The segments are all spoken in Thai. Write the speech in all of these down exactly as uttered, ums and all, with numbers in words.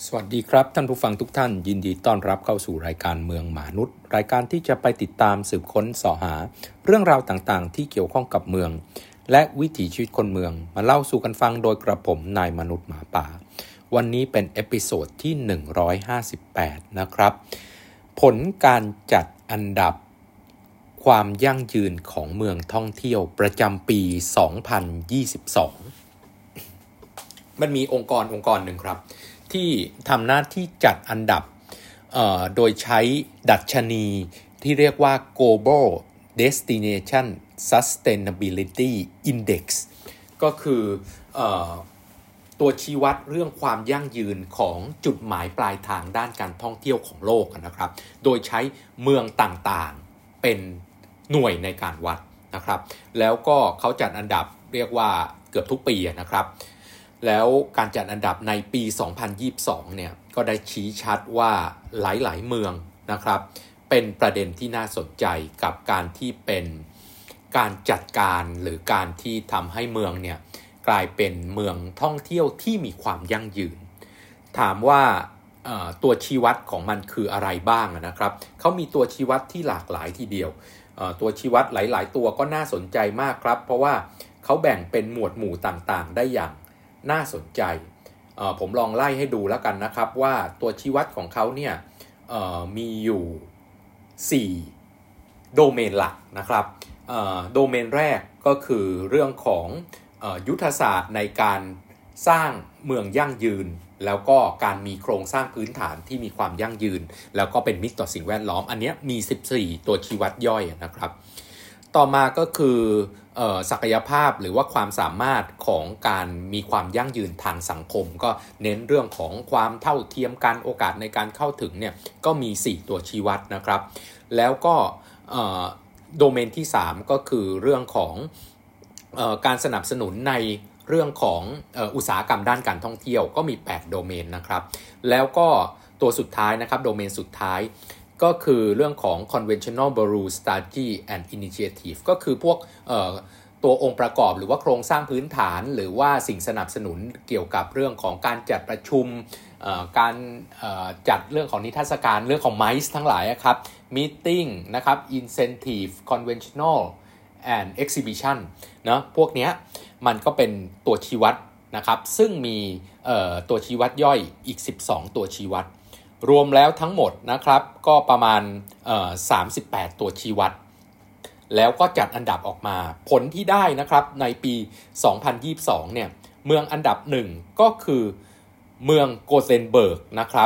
สวัสดีครับท่านผู้ฟังทุกท่านยินดีต้อนรับเข้าสู่รายการเมืองมนุษย์รายการที่จะไปติดตามสืบค้นเสาะหาเรื่องราวต่างๆที่เกี่ยวข้องกับเมืองและวิถีชีวิตคนเมืองมาเล่าสู่กันฟังโดยกระผมนายมนุษย์หมาป่าวันนี้เป็นเอพิโซดที่หนึ่งร้อยห้าสิบแปดนะครับผลการจัดอันดับความยั่งยืนของเมืองท่องเที่ยวประจำปีสองพันยี่สิบสองมันมีองค์กรองค์กรหนึ่งครับที่ทำหน้าที่จัดอันดับโดยใช้ดัชนีที่เรียกว่า Global Destination Sustainability Index ก็คือเอ่อตัวชี้วัดเรื่องความยั่งยืนของจุดหมายปลายทางด้านการท่องเที่ยวของโลกนะครับโดยใช้เมืองต่างๆเป็นหน่วยในการวัดนะครับแล้วก็เขาจัดอันดับเรียกว่าเกือบทุกปีนะครับแล้วการจัดอันดับในปี สองพันยี่สิบสอง เนี่ยก็ได้ชี้ชัดว่าหลายๆเมืองนะครับเป็นประเด็นที่น่าสนใจกับการที่เป็นการจัดการหรือการที่ทำให้เมืองเนี่ยกลายเป็นเมืองท่องเที่ยวที่มีความยั่งยืนถามว่าตัวชี้วัดของมันคืออะไรบ้างนะครับเขามีตัวชี้วัดที่หลากหลายทีเดียวตัวชี้วัดหลายๆตัวก็น่าสนใจมากครับเพราะว่าเขาแบ่งเป็นหมวดหมู่ต่างๆได้อย่างน่าสนใจผมลองไล่ให้ดูแล้วกันนะครับว่าตัวชี้วัดของเขาเนี่ยมีอยู่สี่โดเมนหลักนะครับโดเมนแรกก็คือเรื่องของยุทธศาสตร์ในการสร้างเมืองยั่งยืนแล้วก็การมีโครงสร้างพื้นฐานที่มีความยั่งยืนแล้วก็เป็นมิตรต่อสิ่งแวดล้อมอันนี้มีสิบสี่ตัวชี้วัดย่อยนะครับต่อมาก็คือศักยภาพหรือว่าความสามารถของการมีความยั่งยืนทางสังคมก็เน้นเรื่องของความเท่าเทียมกันโอกาสในการเข้าถึงเนี่ยก็มีสี่ตัวชี้วัดนะครับแล้วก็โดเมนที่สามก็คือเรื่องของการสนับสนุนในเรื่องของอุตสาหกรรมด้านการท่องเที่ยวก็มีแปดโดเมนนะครับแล้วก็ตัวสุดท้ายนะครับโดเมนสุดท้ายก็คือเรื่องของ conventional bureau strategy and initiative ก็คือพวกตัวองค์ประกอบหรือว่าโครงสร้างพื้นฐานหรือว่าสิ่งสนับสนุนเกี่ยวกับเรื่องของการจัดประชุมการจัดเรื่องของนิทรรศการเรื่องของ ไมซ์ ทั้งหลายครับ meeting นะครับ incentive conventional and exhibition นะพวกนี้มันก็เป็นตัวชี้วัดนะครับซึ่งมีตัวชี้วัดย่อยอีกสิบสองตัวชี้วัดรวมแล้วทั้งหมดนะครับก็ประมาณสามสิบแปดตัวชี้วัดแล้วก็จัดอันดับออกมาผลที่ได้นะครับในปีสองพันยี่สิบสองเนี่ยเมืองอันดับหนึ่งก็คือเมืองโกเทนเบิร์กนะครับ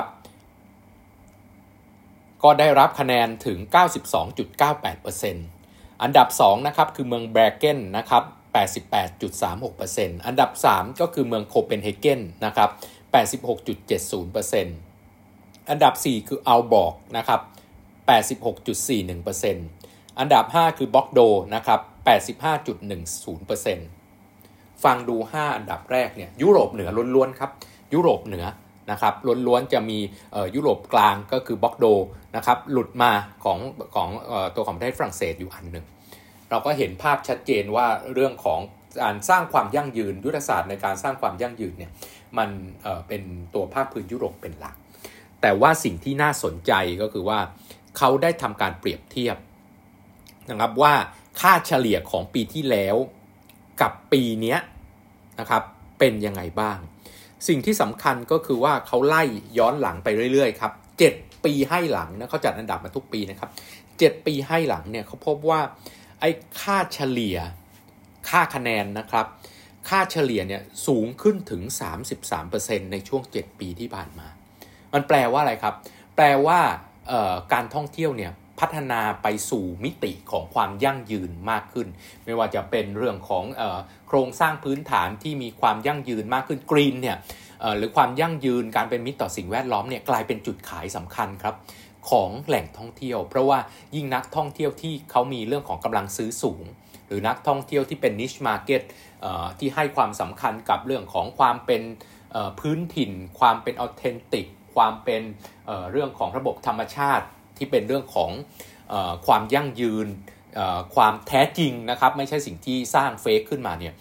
ก็ได้รับคะแนนถึง เก้าสิบสองจุดเก้าแปดเปอร์เซ็นต์ อันดับสองนะครับคือเมืองแบรเกนนะครับ แปดสิบแปดจุดสามหกเปอร์เซ็นต์ อันดับสามก็คือเมืองโคเปนเฮเกนนะครับ แปดสิบหกจุดเจ็ดศูนย์เปอร์เซ็นต์ อันดับสี่คืออัลบอร์กนะครับ แปดสิบหกจุดสี่หนึ่งเปอร์เซ็นต์ อันดับห้าคือบ็อกโดนะครับ แปดสิบห้าจุดหนึ่งศูนย์เปอร์เซ็นต์ ฟังดูห้าอันดับแรกเนี่ยยุโรปเหนือล้วนๆครับยุโรปเหนือนะครับล้วนๆจะมียุโรปกลางก็คือบ็อกโดนะครับหลุดมาของของตัวของประเทศฝรั่งเศสอยู่อันหนึ่งเราก็เห็นภาพชัดเจนว่าเรื่องของการสร้างความยั่งยืนยุทธศาสตร์ในการสร้างความยั่งยืนเนี่ยมันเอ่อเป็นตัวภาคพื้นยุโรปเป็นหลักแต่ว่าสิ่งที่น่าสนใจก็คือว่าเขาได้ทำการเปรียบเทียบนะครับว่าค่าเฉลี่ยของปีที่แล้วกับปีนี้นะครับเป็นยังไงบ้างสิ่งที่สำคัญก็คือว่าเขาไล่ย้อนหลังไปเรื่อยๆครับเจ็ดปีให้หลังนะเขาจัดอันดับมาทุกปีนะครับเจ็ดปีให้หลังเนี่ยเขาพบว่าไอ้ค่าเฉลี่ยค่าคะแนนนะครับค่าเฉลี่ยเนี่ยสูงขึ้นถึง สามสิบสามเปอร์เซ็นต์ ในช่วงเจ็ดปีที่ผ่านมามันแปลว่าอะไรครับแปลว่าการท่องเที่ยวเนี่ยพัฒนาไปสู่มิติของความยั่งยืนมากขึ้นไม่ว่าจะเป็นเรื่องของเอ่อโครงสร้างพื้นฐานที่มีความยั่งยืนมากขึ้นกรีนเนี่ยหรือความยั่งยืนการเป็นมิตรต่อสิ่งแวดล้อมเนี่ยกลายเป็นจุดขายสำคัญครับของแหล่งท่องเที่ยวเพราะว่ายิ่งนักท่องเที่ยวที่เขามีเรื่องของกำลังซื้อสูงหรือนักท่องเที่ยวที่เป็น niche market ที่ให้ความสำคัญกับเรื่องของความเป็นพื้นถิ่นความเป็น authentic ความเป็นเอ่อเรื่องของระบบธรรมชาติที่เป็นเรื่องของเอ่อความยั่งยืนเอ่อความแท้จริงนะครับไม่ใช่สิ่งที่สร้างเฟกขึ้นมาเนี่ย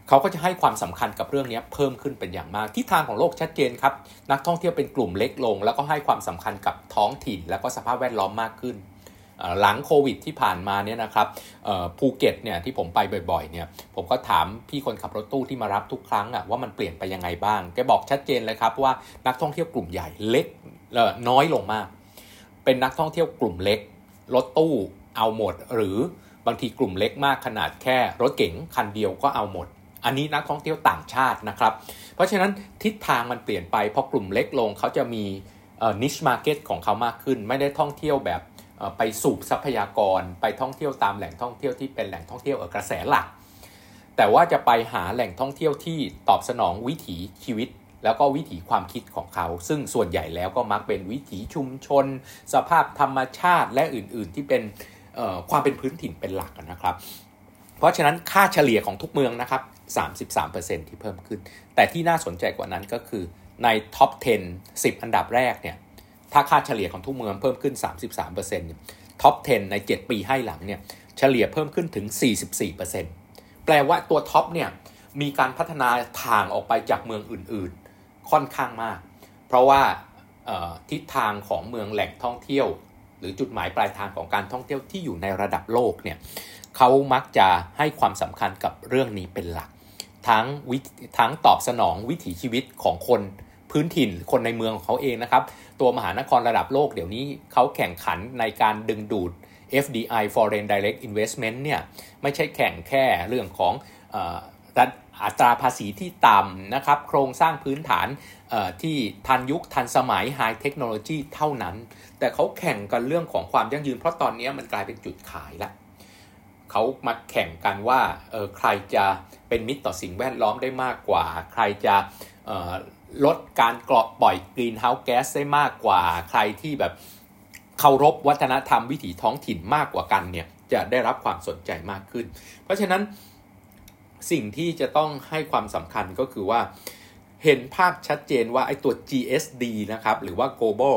เขาก็จะให้ความสำคัญกับเรื่องนี้เพิ่มขึ้นเป็นอย่างมากทิศทางของโลกชัดเจนครับนักท่องเที่ยวเป็นกลุ่มเล็กลงแล้วก็ให้ความสำคัญกับท้องถิ่นแล้วก็สภาพแวดล้อมมากขึ้นหลังโควิดที่ผ่านมาเนี่ยนะครับภูเก็ตเนี่ยที่ผมไปบ่อยๆเนี่ยผมก็ถามพี่คนขับรถตู้ที่มารับทุกครั้งอะว่ามันเปลี่ยนไปยังไงบ้างแกบอกชัดเจนเลยครับว่านักท่องเที่ยวกลุ่มใหญ่เล็กน้อยลงมากเป็นนักท่องเที่ยวกลุ่มเล็กรถตู้เอาหมดหรือบางทีกลุ่มเล็กมากขนาดแค่รถเก๋งคันเดียวก็เอาหมดอันนี้นักท่องเที่ยวต่างชาตินะครับเพราะฉะนั้นทิศทางมันเปลี่ยนไปพอกลุ่มเล็กลงเขาจะมีเอ่อ niche market ของเขามากขึ้นไม่ได้ท่องเที่ยวแบบไปสูบทรัพยากรไปท่องเที่ยวตามแหล่งท่องเที่ยวที่เป็นแหล่งท่องเที่ยวกระแสหลักแต่ว่าจะไปหาแหล่งท่องเที่ยวที่ตอบสนองวิถีชีวิตแล้วก็วิถีความคิดของเขาซึ่งส่วนใหญ่แล้วก็มักเป็นวิถีชุมชนสภาพธรรมชาติและอื่นๆที่เป็นความเป็นพื้นถิ่นเป็นหลักนะครับเพราะฉะนั้นค่าเฉลี่ยของทุกเมืองนะครับ สามสิบสามเปอร์เซ็นต์ ที่เพิ่มขึ้นแต่ที่น่าสนใจกว่านั้นก็คือในท็อปสิบ สิบอันดับแรกเนี่ยถ้าค่าเฉลี่ยของทุกเมืองเพิ่มขึ้น สามสิบสามเปอร์เซ็นต์ ท็อปสิบในเจ็ดปีให้หลังเนี่ยเฉลี่ยเพิ่มขึ้นถึง สี่สิบสี่เปอร์เซ็นต์ แปลว่าตัวท็อปเนี่ยมีการพัฒนาทางออกไปจากเมืองอื่นๆค่อนข้างมากเพราะว่าทิศทางของเมืองแหล่งท่องเที่ยวหรือจุดหมายปลายทางของการท่องเที่ยวที่อยู่ในระดับโลกเนี่ยเขามักจะให้ความสำคัญกับเรื่องนี้เป็นหลักทั้งวิทั้งตอบสนองวิถีชีวิตของคนพื้นถิ่นคนในเมืองของเขาเองนะครับตัวมหานครระดับโลกเดี๋ยวนี้เขาแข่งขันในการดึงดูด เอฟ ดี ไอ Foreign Direct Investment เนี่ยไม่ใช่แข่งแค่เรื่องของเอ่ออัตราภาษีที่ต่ำนะครับโครงสร้างพื้นฐานที่ทันยุคทันสมัย High Technology เท่านั้นแต่เขาแข่งกันเรื่องของความยั่งยืนเพราะตอนนี้มันกลายเป็นจุดขายละเขามาแข่งกันว่าเออใครจะเป็นมิตรต่อสิ่งแวดล้อมได้มากกว่าใครจะเอ่อลดการเกาะปล่อยกรีนเฮาส์แก๊สได้มากกว่าใครที่แบบเคารพวัฒนธรรมวิถีท้องถิ่นมากกว่ากันเนี่ยจะได้รับความสนใจมากขึ้นเพราะฉะนั้นสิ่งที่จะต้องให้ความสำคัญก็คือว่าเห็นภาพชัดเจนว่าไอ้ตัว จี เอส ดี นะครับหรือว่า Global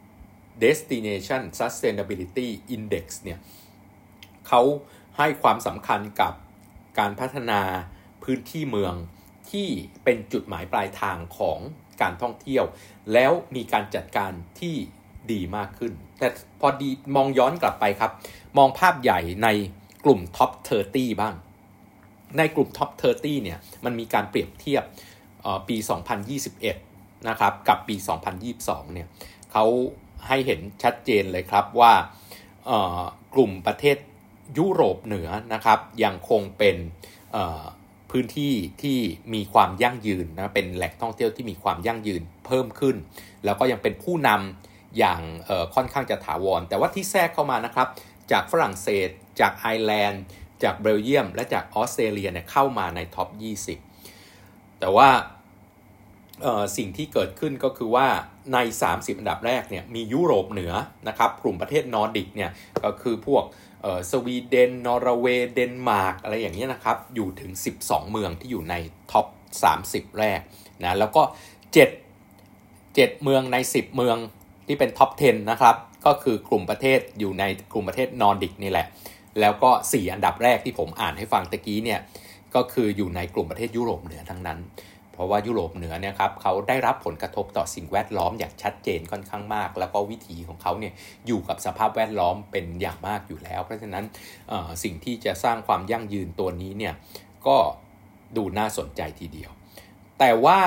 Destination Sustainability Index เนี่ยเขาให้ความสำคัญกับการพัฒนาพื้นที่เมืองที่เป็นจุดหมายปลายทางของการท่องเที่ยวแล้วมีการจัดการที่ดีมากขึ้นแต่พอดีมองย้อนกลับไปครับมองภาพใหญ่ในกลุ่ม ท็อป สามสิบ บ้างในกลุ่ม ท็อป สามสิบ เนี่ยมันมีการเปรียบเทียบปีสองพันยี่สิบเอ็ดนะครับกับปีสองพันยี่สิบสองเนี่ยเขาให้เห็นชัดเจนเลยครับว่ากลุ่มประเทศยุโรปเหนือนะครับยังคงเป็นพื้นที่ที่มีความยั่งยืนนะเป็นแหล่งท่องเที่ยวที่มีความยั่งยืนเพิ่มขึ้นแล้วก็ยังเป็นผู้นำอย่างค่อนข้างจะถาวรแต่ว่าที่แทรกเข้ามานะครับจากฝรั่งเศสจากไอร์แลนด์จากเบลเยียมและจากออสเตรเลียเนี่ยเข้ามาในท็อปยี่สิบแต่ว่าสิ่งที่เกิดขึ้นก็คือว่าในสามสิบอันดับแรกเนี่ยมียุโรปเหนือนะครับกลุ่มประเทศนอร์ดิกเนี่ยก็คือพวกสวีเดนนอร์เวย์เดนมาร์กอะไรอย่างเงี้ยนะครับอยู่ถึงสิบสองเมืองที่อยู่ในท็อปสามสิบแรกนะแล้วก็เจ็ด เจ็ดเมืองในสิบเมืองที่เป็นท็อปสิบนะครับก็คือกลุ่มประเทศอยู่ในกลุ่มประเทศนอร์ดิกนี่แหละแล้วก็สี่อันดับแรกที่ผมอ่านให้ฟังตะกี้เนี่ยก็คืออยู่ในกลุ่มประเทศยุโรปเหนือทั้งนั้นเพราะว่ายุโรปเหนือเนี่ยครับเขาได้รับผลกระทบต่อสิ่งแวดล้อมอย่างชัดเจนค่อนข้างมากแล้วก็วิถีของเขาเนี่ยอยู่กับสภาพแวดล้อมเป็นอย่างมากอยู่แล้วเพราะฉะนั้นสิ่งที่จะสร้างความยั่งยืนตัวนี้เนี่ยก็ดูน่าสนใจทีเดียวแต่ว่า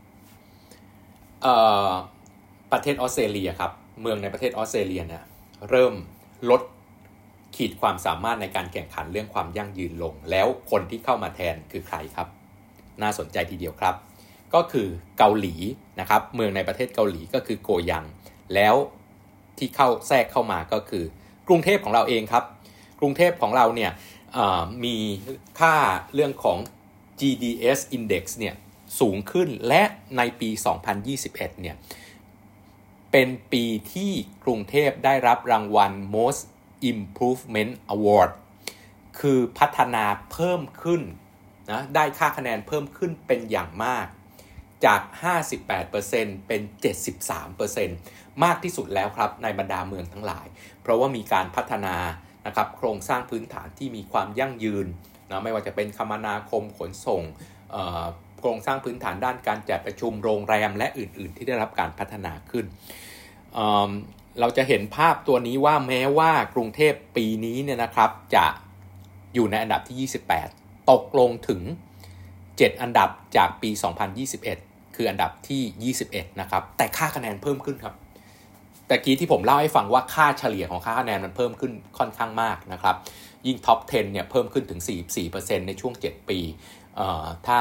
ประเทศออสเตรเลียครับเมืองในประเทศออสเตรเลียเนี่ยเริ่มลดขีดความสามารถในการแข่งขันเรื่องความยั่งยืนลงแล้วคนที่เข้ามาแทนคือใครครับน่าสนใจทีเดียวครับก็คือเกาหลีนะครับเมืองในประเทศเกาหลีก็คือโกยัง แล้วที่เข้าแทรกเข้ามาก็คือกรุงเทพของเราเองครับกรุงเทพของเราเนี่ยมีค่าเรื่องของ จี ดี เอส Index เนี่ยสูงขึ้นและในปีสองพันยี่สิบเอ็ดเนี่ยเป็นปีที่กรุงเทพได้รับรางวัล Most Improvement Award คือพัฒนาเพิ่มขึ้นนะได้ค่าคะแนนเพิ่มขึ้นเป็นอย่างมากจาก ห้าสิบแปดเปอร์เซ็นต์ เป็น เจ็ดสิบสามเปอร์เซ็นต์ มากที่สุดแล้วครับในบรรดาเมืองทั้งหลายเพราะว่ามีการพัฒนานะครับโครงสร้างพื้นฐานที่มีความยั่งยืนนะไม่ว่าจะเป็นคมนาคมขนส่งโครงสร้างพื้นฐานด้านการจัดประชุมโรงแรมและอื่นๆที่ได้รับการพัฒนาขึ้น เ, เราจะเห็นภาพตัวนี้ว่าแม้ว่ากรุงเทพปีนี้เนี่ยนะครับจะอยู่ในอันดับที่ยี่สิบแปดตกลงถึงเจ็ดอันดับจากปีสองพันยี่สิบเอ็ดคืออันดับที่ยี่สิบเอ็ดนะครับแต่ค่าคะแนนเพิ่มขึ้นครับแต่กี้ที่ผมเล่าให้ฟังว่าค่าเฉลี่ยของค่าคะแนนมันเพิ่มขึ้นค่อนข้างมากนะครับยิ่งท็อปสิบเนี่ยเพิ่มขึ้นถึง สี่สิบสี่เปอร์เซ็นต์ ในช่วงเจ็ดปีถ้า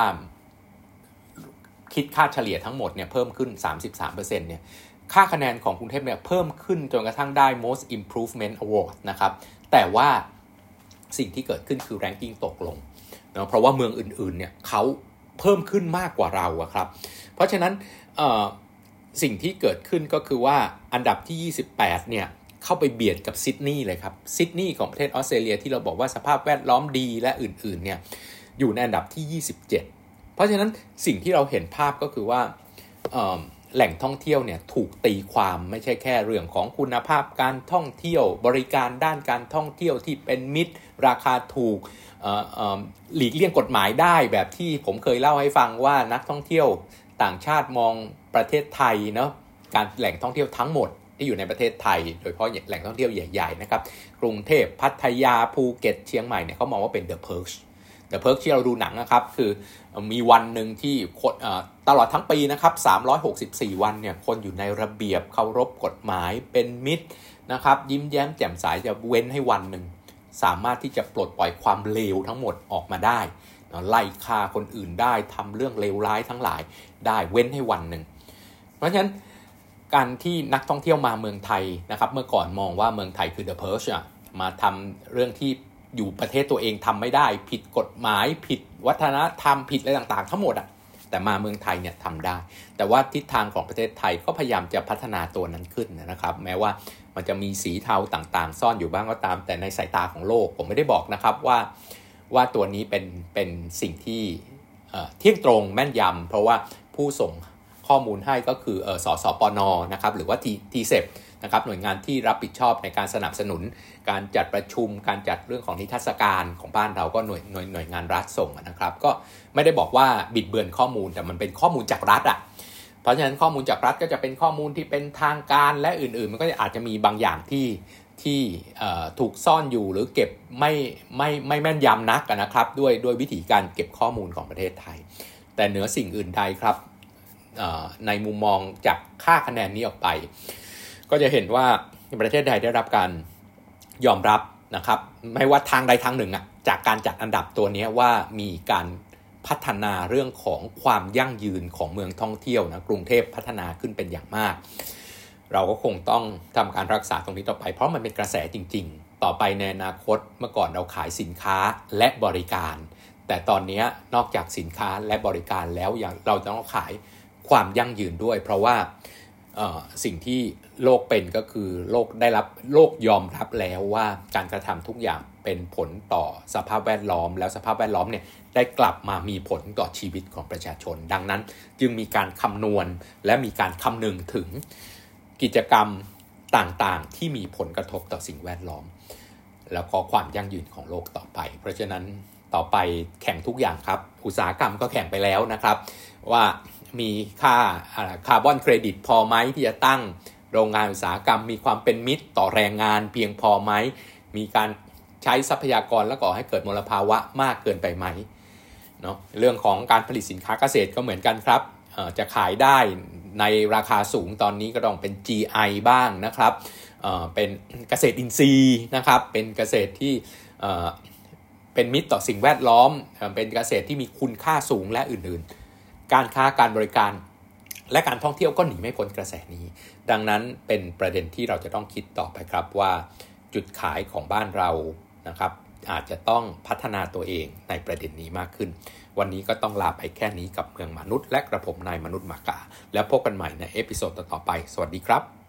คิดค่าเฉลี่ยทั้งหมดเนี่ยเพิ่มขึ้น สามสิบสามเปอร์เซ็นต์ เนี่ยค่าคะแนนของกรุงเทพเนี่ยเพิ่มขึ้นจนกระทั่งได้ Most Improvement Award นะครับแต่ว่าสิ่งที่เกิดขึ้นคือ ranking ตกลงนะเพราะว่าเมืองอื่นๆเนี่ยเขาเพิ่มขึ้นมากกว่าเราอะครับเพราะฉะนั้นสิ่งที่เกิดขึ้นก็คือว่าอันดับที่ยี่สิบแปดเนี่ยเข้าไปเบียดกับซิดนีย์เลยครับซิดนีย์ของประเทศออสเตรเลียที่เราบอกว่าสภาพแวดล้อมดีและอื่นๆเนี่ยอยู่ในอันดับที่ยี่สิบเจ็ดเพราะฉะนั้นสิ่งที่เราเห็นภาพก็คือว่าแหล่งท่องเที่ยวเนี่ยถูกตีความไม่ใช่แค่เรื่องของคุณภาพการท่องเที่ยวบริการด้านการท่องเที่ยวที่เป็นมิตรราคาถูกหลีกเลี่ยงกฎหมายได้แบบที่ผมเคยเล่าให้ฟังว่านักท่องเที่ยวต่างชาติมองประเทศไทยเนาะการแหล่งท่องเที่ยวทั้งหมดที่อยู่ในประเทศไทยโดยเฉพาะแหล่งท่องเที่ยวใหญ่ๆนะครับกรุงเทพพัทยาภูเก็ตเชียงใหม่เนี่ยเขามองว่าเป็น The Perks The Perks ที่เราดูหนังนะครับคือมีวันหนึ่งที่คนตลอดทั้งปีนะครับสามร้อยหกสิบสี่วันเนี่ยคนอยู่ในระเบียบเคารพกฎหมายเป็นมิตรนะครับยิ้มแย้มแจ่มใสจะเว้นให้วันหนึ่งสามารถที่จะปลดปล่อยความเลวทั้งหมดออกมาได้ไล่ฆ่าคนอื่นได้ทำเรื่องเลวร้ายทั้งหลายได้เว้นให้วันหนึ่งเพราะฉะนั้นการที่นักท่องเที่ยวมาเมืองไทยนะครับเมื่อก่อนมองว่าเมืองไทยคือ The Perch อ่ะมาทำเรื่องที่อยู่ประเทศตัวเองทำไม่ได้ผิดกฎหมายผิดวัฒนธรรมผิดอะไรต่างๆทั้งหมดอ่ะแต่มาเมืองไทยเนี่ยทำได้แต่ว่าทิศทางของประเทศไทยก็พยายามจะพัฒนาตัวนั้นขึ้นนะครับแม้ว่ามันจะมีสีเทาต่างๆซ่อนอยู่บ้างก็ตามแต่ในสายตาของโลกผมไม่ได้บอกนะครับว่าว่าตัวนี้เป็นเป็นสิ่งที่เที่ยงตรงแม่นยำเพราะว่าผู้ส่งข้อมูลให้ก็คือสสปนนะครับหรือว่า ที เซ อี พี นะครับหน่วยงานที่รับผิดชอบในการสนับสนุนการจัดประชุมการจัดเรื่องของนิทรรศการของบ้านเราก็หน่วยหน่วยหน่วยงานรัฐส่งนะครับก็ไม่ได้บอกว่าบิดเบือนข้อมูลแต่มันเป็นข้อมูลจากรัฐอ่ะเพราะฉะนั้นข้อมูลจากรัฐก็จะเป็นข้อมูลที่เป็นทางการและอื่นๆมันก็อาจจะมีบางอย่างที่ที่ถูกซ่อนอยู่หรือเก็บไม่ไม่ไม่แม่นยำนักนะครับด้วยด้วยวิธีการเก็บข้อมูลของประเทศไทยแต่เหนือสิ่งอื่นใดครับในมุมมองจากค่าคะแนนนี้ออกไปก็จะเห็นว่าประเทศไทยได้รับการยอมรับนะครับไม่ว่าทางใดทางหนึ่งอ่ะจากการจัดอันดับตัวนี้ว่ามีการพัฒนาเรื่องของความยั่งยืนของเมืองท่องเที่ยวนะกรุงเทพพัฒนาขึ้นเป็นอย่างมากเราก็คงต้องทำการรักษาตรงนี้ต่อไปเพราะมันเป็นกระแสจริงๆต่อไปในอนาคตเมื่อก่อนเราขายสินค้าและบริการแต่ตอนนี้นอกจากสินค้าและบริการแล้วอย่างเราจะต้องขายความยั่งยืนด้วยเพราะว่าสิ่งที่โลกเป็นก็คือโลกได้รับโลกยอมรับแล้วว่าการกระทำทุกอย่างเป็นผลต่อสภาพแวดล้อมแล้วสภาพแวดล้อมเนี่ยได้กลับมามีผลต่อชีวิตของประชาชนดังนั้นจึงมีการคำนวณและมีการคำนึงถึงกิจกรรมต่างๆที่มีผลกระทบต่อสิ่งแวดล้อมแล้วก็ความยั่งยืนของโลกต่อไปเพราะฉะนั้นต่อไปแข่งทุกอย่างครับอุตสาหกรรมก็แข่งไปแล้วนะครับว่ามีค่าคาร์บอนเครดิตพอไหมที่จะตั้งโรงงานอุตสาหกรรมมีความเป็นมิตรต่อแรงงานเพียงพอไหมมีการใช้ทรัพยากรและก่อให้เกิดมลภาวะมากเกินไปไหมเนาะเรื่องของการผลิตสินค้าเกษตรก็เหมือนกันครับจะขายได้ในราคาสูงตอนนี้ก็ต้องเป็น จี ไอ บ้างนะครับเป็นเกษตรอินทรีย์นะครับเป็นเกษตรที่เป็นมิตรต่อสิ่งแวดล้อมเป็นเกษตรที่มีคุณค่าสูงและอื่นๆการค้าการบริการและการท่องเที่ยวก็หนีไม่พ้นกระแสนี้ดังนั้นเป็นประเด็นที่เราจะต้องคิดต่อไปครับว่าจุดขายของบ้านเรานะครับอาจจะต้องพัฒนาตัวเองในประเด็นนี้มากขึ้นวันนี้ก็ต้องลาไปแค่นี้กับเมืองมนุษย์และกระผมนายมนุษย์หมากาแล้วพบกันใหม่ในเอพิโซดต่อไปสวัสดีครับ